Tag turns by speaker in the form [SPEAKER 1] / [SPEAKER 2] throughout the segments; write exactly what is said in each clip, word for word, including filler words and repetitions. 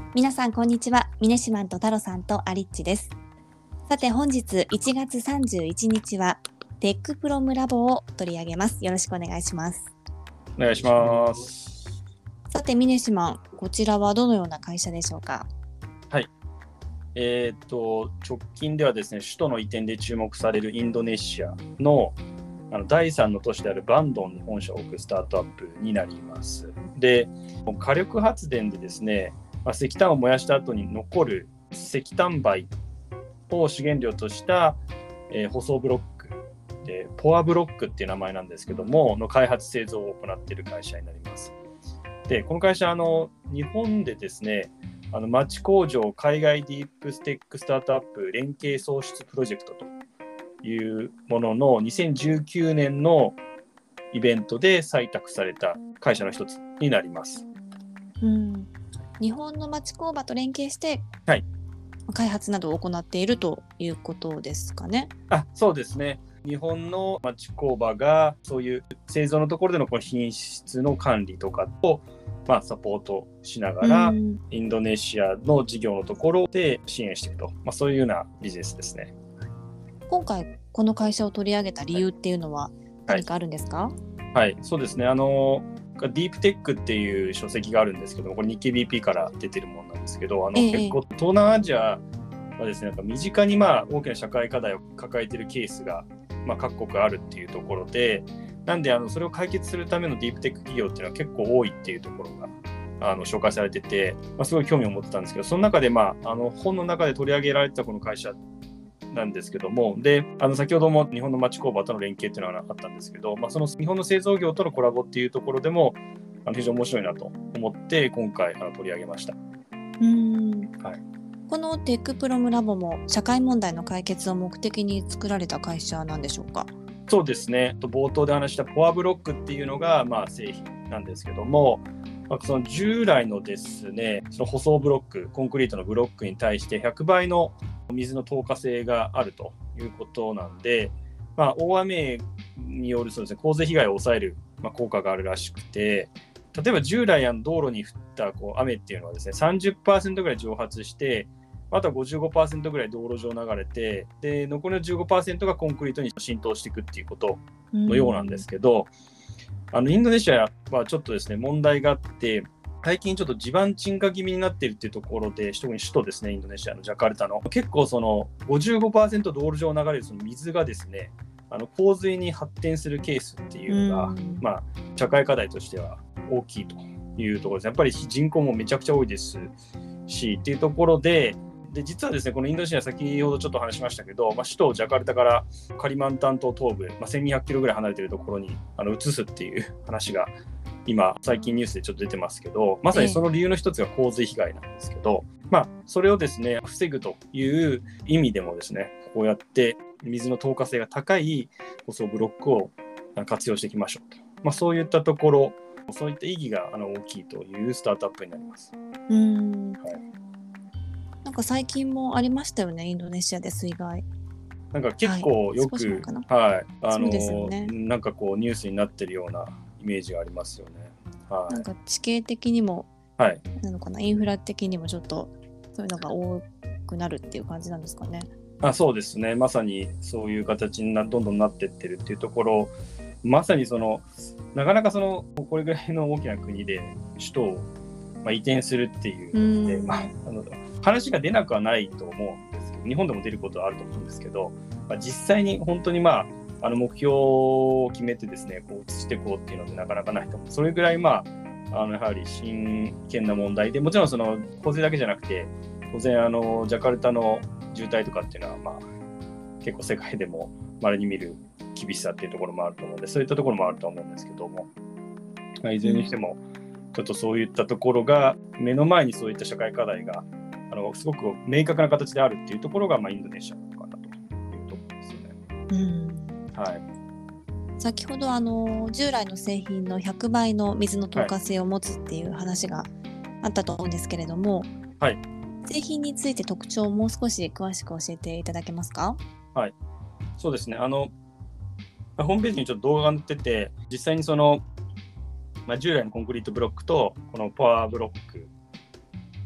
[SPEAKER 1] 皆さんこんにちは。ミネシマンと太郎さんとアリッチです。さて本日いちがつさんじゅういちにちはテックプロムラボを取り上げます。よろしくお願いします。
[SPEAKER 2] お願いします。
[SPEAKER 1] さてミネシマン、こちらはどのような会社でしょうか？
[SPEAKER 2] はい。えー、と直近ではですね、首都の移転で注目されるインドネシアのあのだいさんの都市であるバンドンに本社を置くスタートアップになります。で、火力発電でですね、まあ、石炭を燃やした後に残る石炭灰を資源料とした、えー、舗装ブロックでポアブロックっていう名前なんですけどもの開発製造を行っている会社になります。で、この会社あの日本でですね、あの町工場海外ディープステックスタートアップ連携創出プロジェクトというもののにせんじゅうきゅうねんのイベントで採択された会社の一つになります。
[SPEAKER 1] うん、日本の町工場と連携して、
[SPEAKER 2] はい、
[SPEAKER 1] 開発などを行っているということですかね。
[SPEAKER 2] あ、そうですね。日本の町工場がそういう製造のところでのこの品質の管理とかを、まあ、サポートしながら、うん、インドネシアの事業のところで支援していくと、まあ、そういうようなビジネスですね。
[SPEAKER 1] 今回この会社を取り上げた理由っていうのは何かあるんですか？
[SPEAKER 2] はい、はい、そうですね。あのディープテックっていう書籍があるんですけども、これ日経 ビーピー から出てるものなんですけど、あの、ええ、結構東南アジアはですね、なんか身近にまあ大きな社会課題を抱えているケースが、まあ、各国あるっていうところで、なんであのそれを解決するためのディープテック企業っていうのは結構多いっていうところがあの紹介されてて、まあ、すごい興味を持ってたんですけど、その中で、まあ、あの本の中で取り上げられてたこの会社なんですけども、で、あの先ほども日本の町工場との連携っていうのがあったんですけど、まあ、その日本の製造業とのコラボっていうところでもあの非常に面白いなと思って今回あの取り上げました。
[SPEAKER 1] うーん、はい、このテックプロムラボも社会問題の解決を目的に作られた会社なんでしょうか？
[SPEAKER 2] そうですね。冒頭で話したポアブロックっていうのが、まあ、製品なんですけども、まあ、その従来のですね、その舗装ブロック、コンクリートのブロックに対してひゃくばいの水の透過性があるということなんで、まあ、大雨によるそうですね、洪水被害を抑える、まあ、効果があるらしくて、例えば従来あの道路に降ったこう雨っていうのはですね、さんじゅっパーセントぐらい蒸発して、あとは ごじゅうごパーセント ぐらい道路上流れて、で残りの じゅうごパーセント がコンクリートに浸透していくっていうことのようなんですけど、あのインドネシアはちょっとですね問題があって、最近ちょっと地盤沈下気味になっているっていうところで、特に首都ですね、インドネシアのジャカルタの結構その ごじゅうごパーセント 道路上流れるその水がですね、あの洪水に発展するケースっていうのが、まあ、社会課題としては大きいというところです。やっぱり人口もめちゃくちゃ多いですしっていうところで、で実はですね、このインドネシア先ほどちょっと話しましたけど、まあ、首都ジャカルタからカリマンタン島東部、まあ、せんにひゃくキロぐらい離れているところにあの移すっていう話が今最近ニュースでちょっと出てますけど、まさにその理由の一つが洪水被害なんですけど、ええ、まあ、それをですね防ぐという意味でもですね、こうやって水の透過性が高い舗装ブロックを活用していきましょうと、まあ、そういったところ、そういった意義があの大きいというスタートアップになります。
[SPEAKER 1] うーん、はい、なんか最近もありましたよね、インドネシアで水害。
[SPEAKER 2] なんか結構よく、はい、はい、あの、
[SPEAKER 1] ね、
[SPEAKER 2] なんかこうニュースになってるようなイメージがありますよね。はい、
[SPEAKER 1] なんか地形的にも、
[SPEAKER 2] はい、
[SPEAKER 1] なのかな、インフラ的にもちょっとそういうのが多くなるっていう感じなんですかね。
[SPEAKER 2] あ、そうですね。まさにそういう形になどんどんなっていってるっていうところ、まさにそのなかなかそのこれぐらいの大きな国で首都を、まあ、移転するっていうので、まあ、あの話が出なくはないと思うんですけど、日本でも出ることはあると思うんですけど、まあ、実際に本当にまああの目標を決めてですね、こう移していこうっていうのでなかなかないと思う。それぐらいまああのやはり真剣な問題で、もちろんその洪水だけじゃなくて、当然あのジャカルタの渋滞とかっていうのは、まあ、結構世界でも稀に見る厳しさっていうところもあると思うので、そういったところもあると思うんですけども、まあ、いずれにしてもちょっとそういったところが目の前にそういった社会課題があのすごく明確な形であるっていうところが、まあ、インドネシアなのかなというところですよね。
[SPEAKER 1] うん、はい、先ほどあの従来の製品のひゃくばいの水の透過性を持つっていう話があったと思うんですけれども、
[SPEAKER 2] はい、
[SPEAKER 1] 製品について特徴をもう少し詳しく教えていただけますか？
[SPEAKER 2] はい、そうですね。あのホームページにちょっと動画が載ってて、実際にその、まあ、従来のコンクリートブロックとこのパワーブロック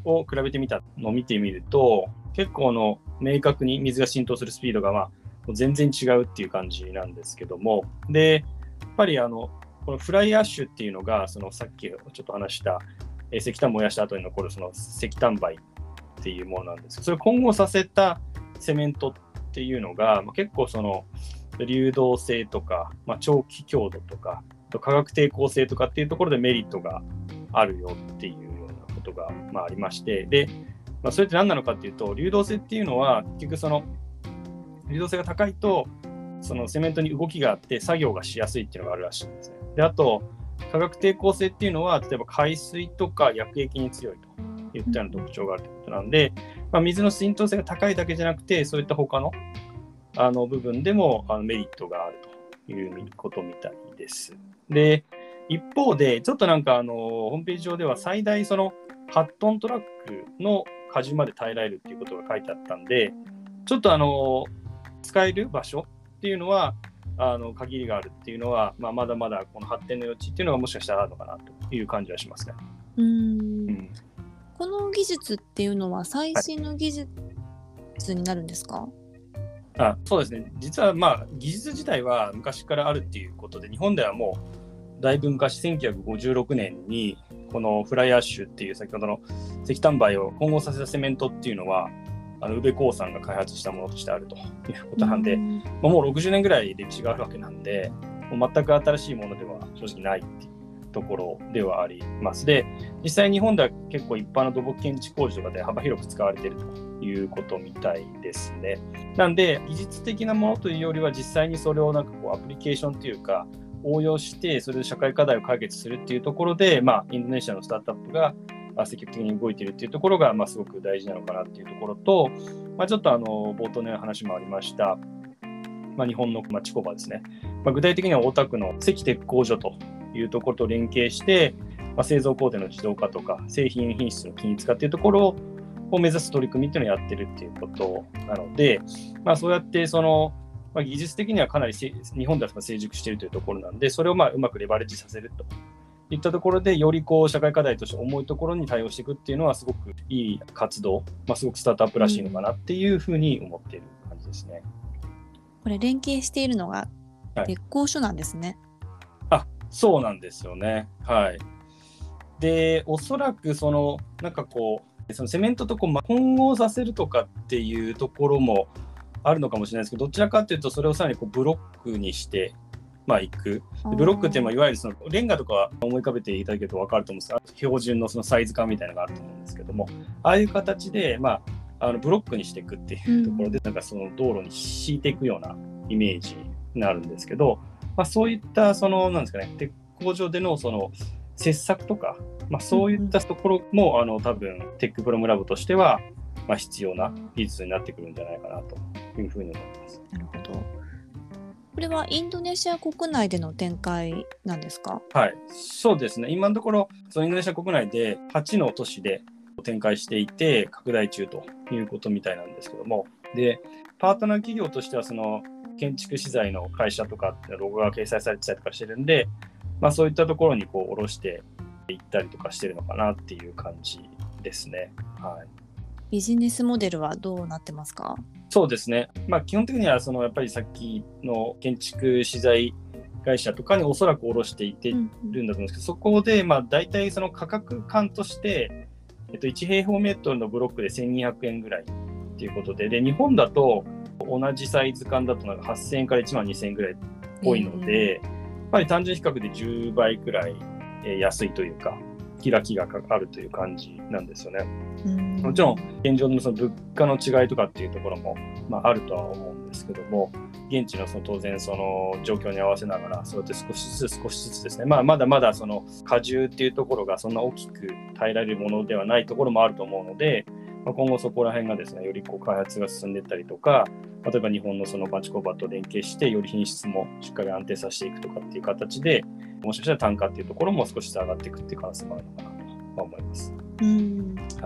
[SPEAKER 2] を比べてみたのを見てみると、結構の明確に水が浸透するスピードがまあ全然違うっていう感じなんですけども、でやっぱりあのこのフライアッシュっていうのが、そのさっきちょっと話したえ石炭燃やした後に残るその石炭灰っていうものなんですけど、それを混合させたセメントっていうのが、まあ、結構その流動性とか、まあ、長期強度とか化学抵抗性とかっていうところでメリットがあるよっていうようなことが、まあ、ありまして、で、まあ、それって何なのかっていうと、流動性っていうのは結局その流動性が高いとそのセメントに動きがあって作業がしやすいっていうのがあるらしいんですね。で、あと化学抵抗性っていうのは例えば海水とか薬液に強いといったような特徴があるということなんで、まあ、水の浸透性が高いだけじゃなくて、そういった他のあの部分でもあのメリットがあるということみたいです。で、一方でちょっとなんかあのホームページ上では最大そのはちトントラックの荷重まで耐えられるっていうことが書いてあったんで、ちょっとあの使える場所っていうのはあの限りがあるっていうのは、まあ、まだまだこの発展の余地っていうのがもしかしたらあるのかなという感じはしますね。
[SPEAKER 1] うーん、うん、この技術っていうのは最新の技術になるんですか？はい、
[SPEAKER 2] あ、そうですね。実はまあ技術自体は昔からあるっていうことで、日本ではもうだいぶ昔せんきゅうひゃくごじゅうろくねんにこのフライアッシュっていう先ほどの石炭灰を混合させたセメントっていうのはあの宇部興産が開発したものとしてあるということなんで、うんまあ、もうろくじゅうねんぐらい歴史があるわけなんで、もう全く新しいものでは正直ないっていうところではあります。で、実際日本では結構一般の土木建築工事とかで幅広く使われているということみたいですね。なんで技術的なものというよりは実際にそれをなんかこうアプリケーションというか応用してそれで社会課題を解決するっていうところで、まあ、インドネシアのスタートアップが積極的に動いているっていうところが、まあ、すごく大事なのかなっていうところと、まあ、ちょっとあの冒頭の話もありました、まあ、日本の町工場ですね、まあ、具体的には大田区の関鉄工所というところと連携して、まあ、製造工程の自動化とか製品品質の均一化っていうところを目指す取り組みっていうのをやってるっていうことなので、まあ、そうやってその、まあ、技術的にはかなり日本では成熟しているというところなんで、それをまあうまくレバレッジさせるといったところで、よりこう社会課題として重いところに対応していくっていうのはすごくいい活動、まあ、すごくスタートアップらしいのかなっていうふうに思っている感じですね。
[SPEAKER 1] これ連携しているのが鉄工所なんですね。
[SPEAKER 2] はい、あ、そうなんですよね。はい。で、おそらくそのなんかこうそのセメントとこう混合させるとかっていうところもあるのかもしれないですけど、どちらかというとそれをさらにこうブロックにしてまあ、いくブロックっていうのはいわゆるそのレンガとか思い浮かべていただけると分かると思うんですが、標準のそのサイズ感みたいなのがあると思うんですけども、ああいう形で、まあ、あのブロックにしていくっていうところで、うん、なんかその道路に敷いていくようなイメージになるんですけど、まあ、そういったそのなんですかね、鉄工所でのその切削とか、まあ、そういったところも、うん、あの多分テックプロムラボとしては、まあ、必要な技術になってくるんじゃないかなというふうに思います。
[SPEAKER 1] なるほど。これはインドネシア国内での展開なんですか？
[SPEAKER 2] はい、そうですね。今のところ、そのインドネシア国内ではちの都市で展開していて、拡大中ということみたいなんですけども、で、パートナー企業としては、その建築資材の会社とかってロゴが掲載されてたりとかしてるんで、まあ、そういったところにこう卸していったりとかしてるのかなっていう感じですね。はい。
[SPEAKER 1] ビジネスモデルはどうなってますか？
[SPEAKER 2] そうですね、まあ、基本的にはそのやっぱりさっきの建築資材会社とかにおそらく卸していってるんだと思うんですけど、うんうん、そこでまあ大体その価格感として、えっと、いち平方メートルのブロックでせんにひゃくえんぐらいということで、で日本だと同じサイズ感だとなんかはっせんえんからいちまんにせんえんぐらいっぽいので、うん、やっぱり単純比較でじゅうばいくらい安いというか開きがあるという感じなんですよね。うん、もちろん現状のその物価の違いとかっていうところも、まあ、あるとは思うんですけども、現地のその当然その状況に合わせながらそうやって少しずつ少しずつですね、まあ、まだまだその荷重っていうところがそんな大きく耐えられるものではないところもあると思うので、まあ、今後そこら辺がですねよりこう開発が進んでいったりとか、例えば日本のその町工場と連携してより品質もしっかり安定させていくとかっていう形で、もしかしたら単価っていうところも少しずつ上がっていくっていう可能性もあるのかなと思います。
[SPEAKER 1] うん、はい、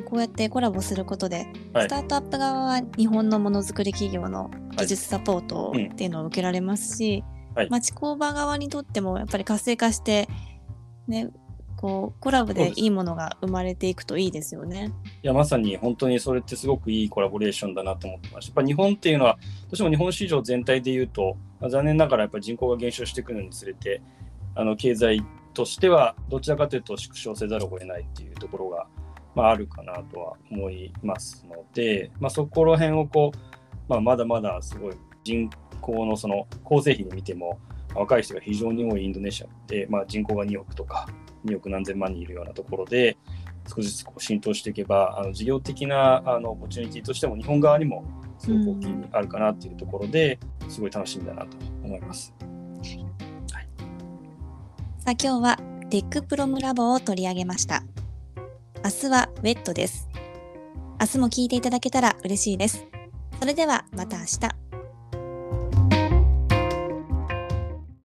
[SPEAKER 1] こうやってコラボすることで、はい、スタートアップ側は日本のものづくり企業の技術サポートっていうのを受けられますし、はい、町工場側にとってもやっぱり活性化して、ね、 こうコラボでいいものが生まれていくといいですよね。
[SPEAKER 2] いやまさに本当にそれってすごくいいコラボレーションだなと思ってました。やっぱ日本っていうのはどうしても日本市場全体でいうと、まあ、残念ながらやっぱり人口が減少してくるにつれてあの経済としてはどちらかというと縮小せざるを得ないっていうところが、まあ、あるかなとは思いますので、まあ、そこら辺をこう、まあ、まだまだすごい人口のその構成比で見ても若い人が非常に多いインドネシアで、まあ、人口がにおくとかにおく何千万人いるようなところで少しずつこう浸透していけばあの事業的なあのオポチュニティとしても日本側にもすごく大きいあるかなっていうところですごい楽しみだなと思います。はい、
[SPEAKER 1] さあ今日はテックプロムラボを取り上げました。明日はウェットです。明日も聞いていただけたら嬉しいです。それではまた明日。